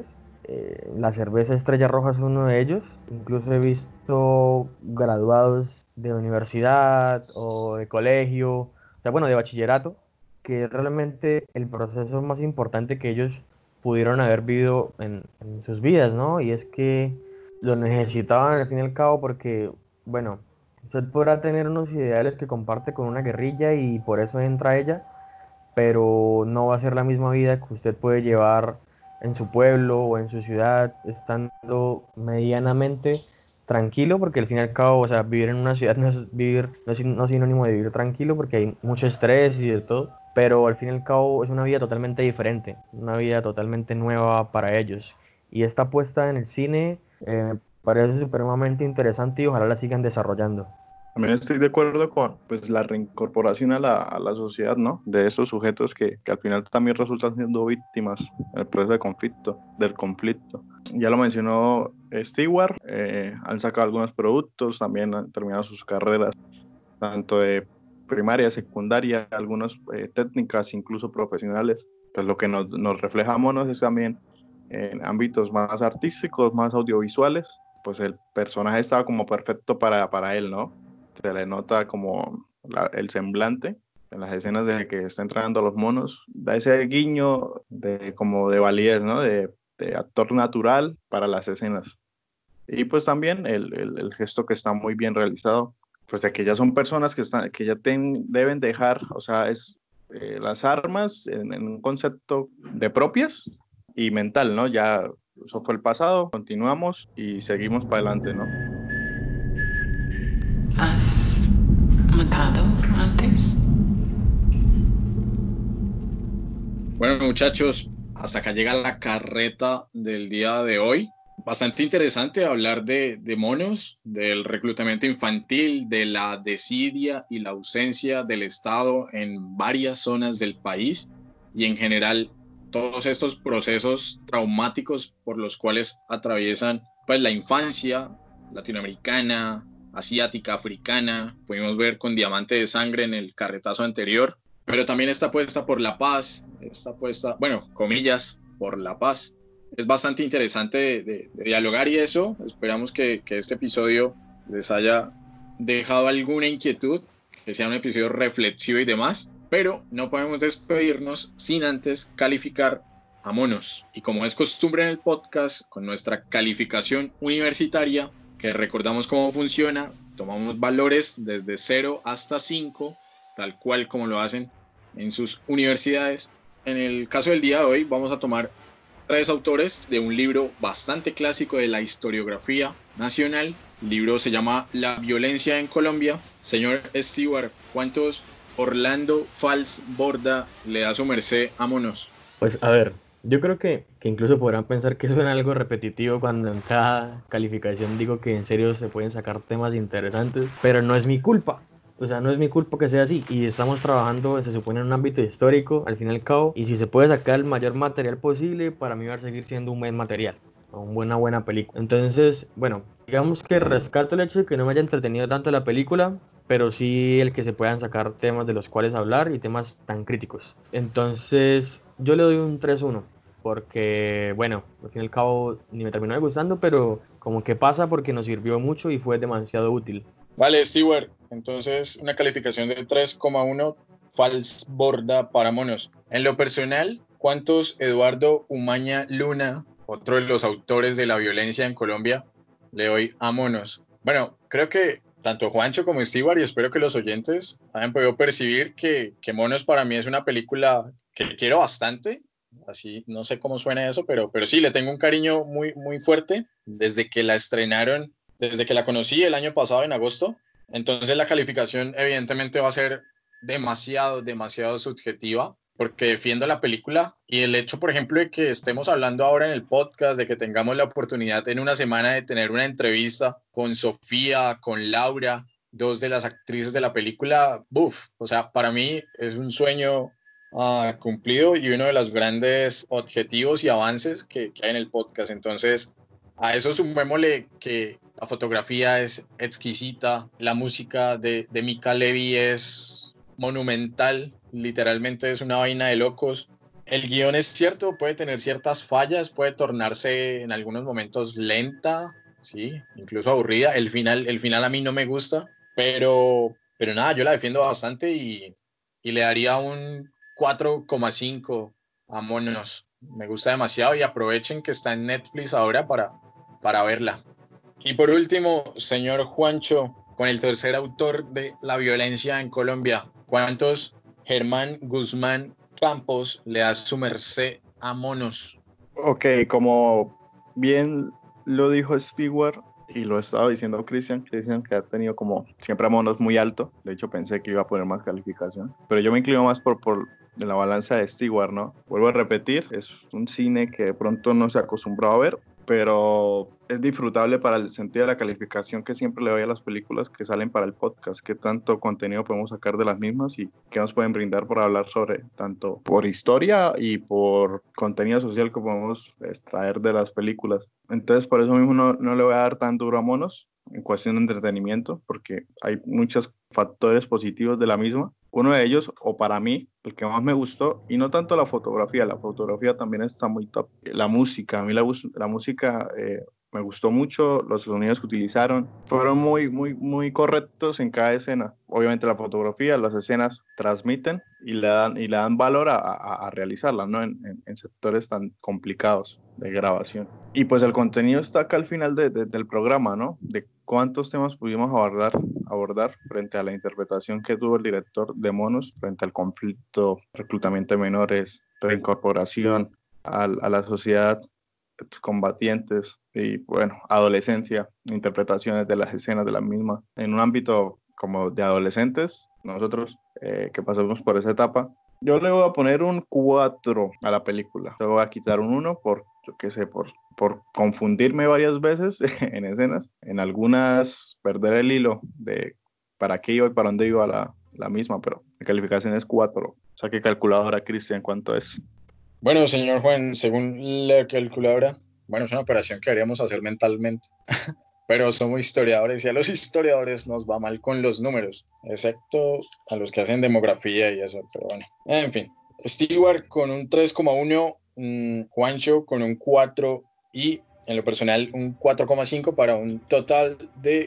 la cerveza Estrella Roja es uno de ellos. Incluso he visto graduados de universidad o de colegio, o sea, bueno, de bachillerato, que realmente el proceso más importante que ellos pudieron haber vivido en sus vidas, ¿no? Y es que lo necesitaban al fin y al cabo porque, bueno, usted podrá tener unos ideales que comparte con una guerrilla y por eso entra a ella, pero no va a ser la misma vida que usted puede llevar en su pueblo o en su ciudad, estando medianamente tranquilo, porque al fin y al cabo, o sea, vivir en una ciudad no es vivir, no es sinónimo de vivir tranquilo, porque hay mucho estrés y de todo, pero al fin y al cabo es una vida totalmente diferente, una vida totalmente nueva para ellos. Y esta apuesta en el cine me parece supremamente interesante y ojalá la sigan desarrollando. También estoy de acuerdo con pues, la reincorporación a la sociedad, ¿no? De estos sujetos que al final también resultan siendo víctimas en el proceso de conflicto, del conflicto. Ya lo mencionó Stewart, han sacado algunos productos, también han terminado sus carreras, tanto de primaria, secundaria, algunas técnicas, incluso profesionales. Pues lo que nos refleja Monos es también en ámbitos más artísticos, más audiovisuales, pues el personaje estaba como perfecto para él, ¿no? Se le nota como el semblante en las escenas de que está entrenando a los monos, da ese guiño como de validez, ¿no? De actor natural para las escenas. Y pues también el gesto que está muy bien realizado, pues de que ya son personas que ya deben dejar, o sea, las armas en un concepto de propias y mental, ¿no? Ya eso fue el pasado, continuamos y seguimos para adelante, ¿no? ¿Has matado antes? Bueno, muchachos, hasta acá llega la carreta del día de hoy. Bastante interesante hablar de monos, del reclutamiento infantil, de la desidia y la ausencia del Estado en varias zonas del país y en general todos estos procesos traumáticos por los cuales atraviesan pues, la infancia latinoamericana, asiática, africana. Pudimos ver con Diamante de Sangre en el carretazo anterior, pero también está puesta por la paz, está puesta, bueno, comillas, por la paz. Es bastante interesante de dialogar y eso, esperamos que este episodio les haya dejado alguna inquietud, que sea un episodio reflexivo y demás, pero no podemos despedirnos sin antes calificar a Monos. Y como es costumbre en el podcast, con nuestra calificación universitaria, que recordamos cómo funciona, tomamos valores desde 0 hasta 5, tal cual como lo hacen en sus universidades. En el caso del día de hoy vamos a tomar 3 autores de un libro bastante clásico de la historiografía nacional. El libro se llama La violencia en Colombia. Señor Stewart, ¿cuántos Orlando Fals Borda le da su merced a Monos? Pues a ver, yo creo que incluso podrán pensar que suena algo repetitivo cuando en cada calificación digo que en serio se pueden sacar temas interesantes, pero no es mi culpa. O sea, no es mi culpa que sea así. Y estamos trabajando, se supone, en un ámbito histórico, al fin y al cabo. Y si se puede sacar el mayor material posible, para mí va a seguir siendo un buen material. Una buena película. Entonces, bueno, digamos que rescato el hecho de que no me haya entretenido tanto la película, pero sí el que se puedan sacar temas de los cuales hablar y temas tan críticos. Entonces, yo le doy un 3-1. Porque, bueno, al fin y al cabo ni me terminó gustando, pero como que pasa porque nos sirvió mucho y fue demasiado útil. Vale, Stewart, entonces una calificación de 3,1 Fals Borda para Monos. En lo personal, ¿cuántos Eduardo Umaña Luna, otro de los autores de la violencia en Colombia, le doy a Monos? Bueno, creo que tanto Juancho como Stewart, y espero que los oyentes hayan podido percibir que Monos para mí es una película que quiero bastante. Así, no sé cómo suena eso, pero sí, le tengo un cariño muy, muy fuerte desde que la estrenaron. Desde que la conocí el año pasado en agosto, entonces la calificación evidentemente va a ser demasiado subjetiva porque defiendo la película y el hecho, por ejemplo, de que estemos hablando ahora en el podcast, de que tengamos la oportunidad en una semana de tener una entrevista con Sofía, con Laura, 2 de las actrices de la película, o sea, para mí es un sueño cumplido y uno de los grandes objetivos y avances que hay en el podcast. Entonces, a eso sumémosle que la fotografía es exquisita, la música de Mika Levi es monumental, literalmente es una vaina de locos. El guión es cierto, puede tener ciertas fallas, puede tornarse en algunos momentos lenta, sí, incluso aburrida. El final a mí no me gusta, pero nada, yo la defiendo bastante y le daría un 4,5 a Monos. Me gusta demasiado y aprovechen que está en Netflix ahora para verla. Y por último, señor Juancho, con el tercer autor de la violencia en Colombia, ¿cuántos Germán Guzmán Campos le da su merced a Monos? Ok, como bien lo dijo Stewart y lo estaba diciendo Christian que ha tenido como siempre a Monos muy alto. De hecho pensé que iba a poner más calificación, pero yo me inclino más por de la balanza de Stewart, ¿no? Vuelvo a repetir, es un cine que de pronto no se ha acostumbrado a ver, pero es disfrutable para el sentido de la calificación que siempre le doy a las películas que salen para el podcast, qué tanto contenido podemos sacar de las mismas y qué nos pueden brindar por hablar sobre tanto por historia y por contenido social que podemos extraer de las películas. Entonces por eso mismo no le voy a dar tan duro a Monos en cuestión de entretenimiento, porque hay muchos factores positivos de la misma. Uno de ellos, o para mí, el que más me gustó, y no tanto la fotografía también está muy top. La música, a mí la música me gustó mucho, los sonidos que utilizaron fueron muy correctos en cada escena. Obviamente la fotografía, las escenas transmiten y le dan valor a realizarlas, ¿no? En sectores tan complicados de grabación. Y pues el contenido está acá al final del programa, ¿no? De cuántos temas pudimos abordar frente a la interpretación que tuvo el director de Monos, frente al conflicto, reclutamiento de menores, reincorporación a la sociedad, combatientes y, bueno, adolescencia, interpretaciones de las escenas de la misma. En un ámbito como de adolescentes, nosotros que pasamos por esa etapa, yo le voy a poner un 4 a la película. Le voy a quitar un 1 por, yo qué sé, por confundirme varias veces en escenas, en algunas perder el hilo de para qué iba y para dónde iba la misma, pero la calificación es 4. Saque calculadora, Cristian, ¿cuánto es? Bueno, señor Juan, según la calculadora, bueno, es una operación que deberíamos hacer mentalmente, pero somos historiadores y a los historiadores nos va mal con los números, excepto a los que hacen demografía y eso, pero bueno, en fin. Stewart con un 3,1, Juancho con un 4 y en lo personal un 4,5 para un total de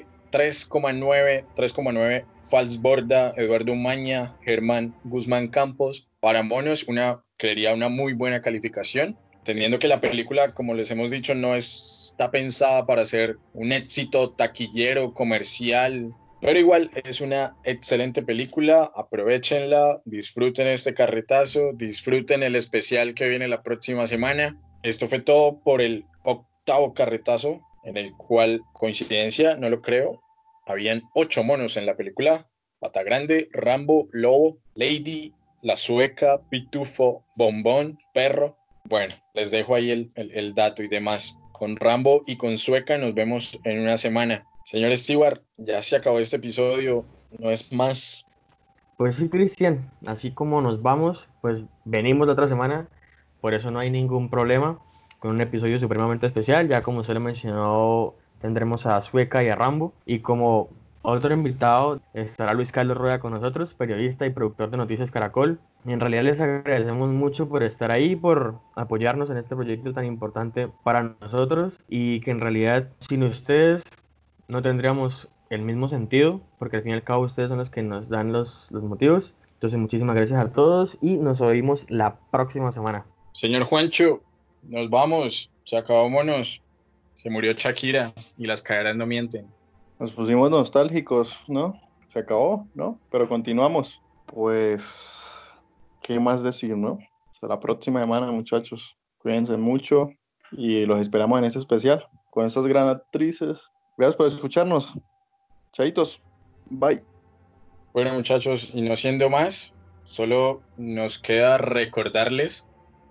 3,9 Falsborda, Eduardo Maña, Germán Guzmán Campos. Para Monos, creería una muy buena calificación, teniendo que la película, como les hemos dicho, no está pensada para ser un éxito taquillero, comercial, pero igual es una excelente película. Aprovechenla, disfruten este carretazo, disfruten el especial que viene la próxima semana. Esto fue todo por el 8º carretazo, en el cual, coincidencia, no lo creo, habían 8 monos en la película: Pata Grande, Rambo, Lobo, Lady, La Sueca, Pitufo, Bombón, Perro. Bueno, les dejo ahí el dato y demás. Con Rambo y con Sueca nos vemos en una semana. Señor Stewart, ya se acabó este episodio, no es más. Pues sí, Cristian, así como nos vamos, pues venimos la otra semana, por eso no hay ningún problema, con un episodio supremamente especial. Ya como usted lo mencionó, tendremos a Sueca y a Rambo, y como otro invitado estará Luis Carlos Rueda con nosotros, periodista y productor de Noticias Caracol. Y en realidad les agradecemos mucho por estar ahí, por apoyarnos en este proyecto tan importante para nosotros, y que en realidad sin ustedes no tendríamos el mismo sentido, porque al fin y al cabo ustedes son los que nos dan los motivos. Entonces, muchísimas gracias a todos y nos oímos la próxima semana. Señor Juancho, nos vamos, se acabó Monos, se murió Shakira y las caderas no mienten. Nos pusimos nostálgicos, ¿no? Se acabó, ¿no? Pero continuamos. Pues, ¿qué más decir, no? Hasta la próxima semana, muchachos. Cuídense mucho y los esperamos en este especial con estas gran actrices. Gracias por escucharnos. Chaitos. Bye. Bueno, muchachos, y no siendo más, solo nos queda recordarles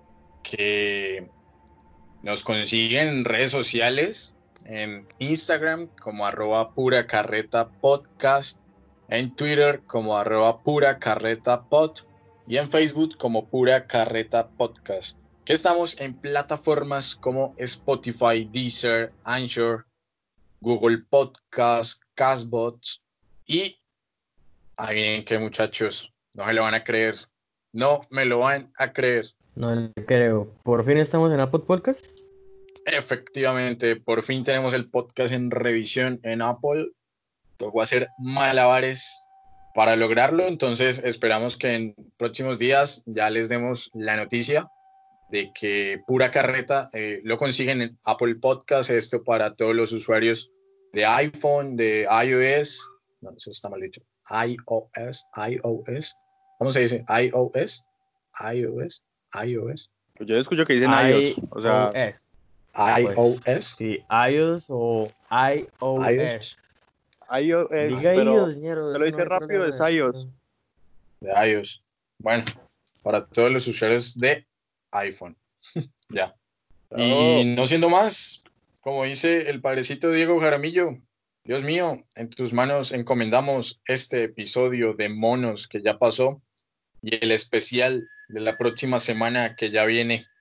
que nos consiguen en redes sociales, en Instagram como @puracarretapodcast, en Twitter como @puracarretapod y en Facebook como Pura Carreta Podcast, que estamos en plataformas como Spotify, Deezer, Anchor, Google Podcast, Castbox y alguien que, muchachos, no se lo van a creer, no me lo van a creer. No le creo. ¿Por fin estamos en Apple Podcast? Efectivamente, por fin tenemos el podcast en revisión en Apple. Tocó hacer malabares para lograrlo, entonces esperamos que en próximos días ya les demos la noticia de que Pura Carreta lo consiguen en Apple Podcast, esto para todos los usuarios de iPhone, de iOS, no, eso está mal dicho, iOS, ¿cómo se dice? iOS. Pues yo escucho que dicen iOS, o sea, iOS. Sí, iOS o iOS. iOS, Diga pero iOS, señor, te lo dice no hay rápido, es problema. iOS. De iOS. Bueno, para todos los usuarios de iPhone. Ya. Y no siendo más, como dice el padrecito Diego Jaramillo, Dios mío, en tus manos encomendamos este episodio de Monos que ya pasó y el especial de la próxima semana que ya viene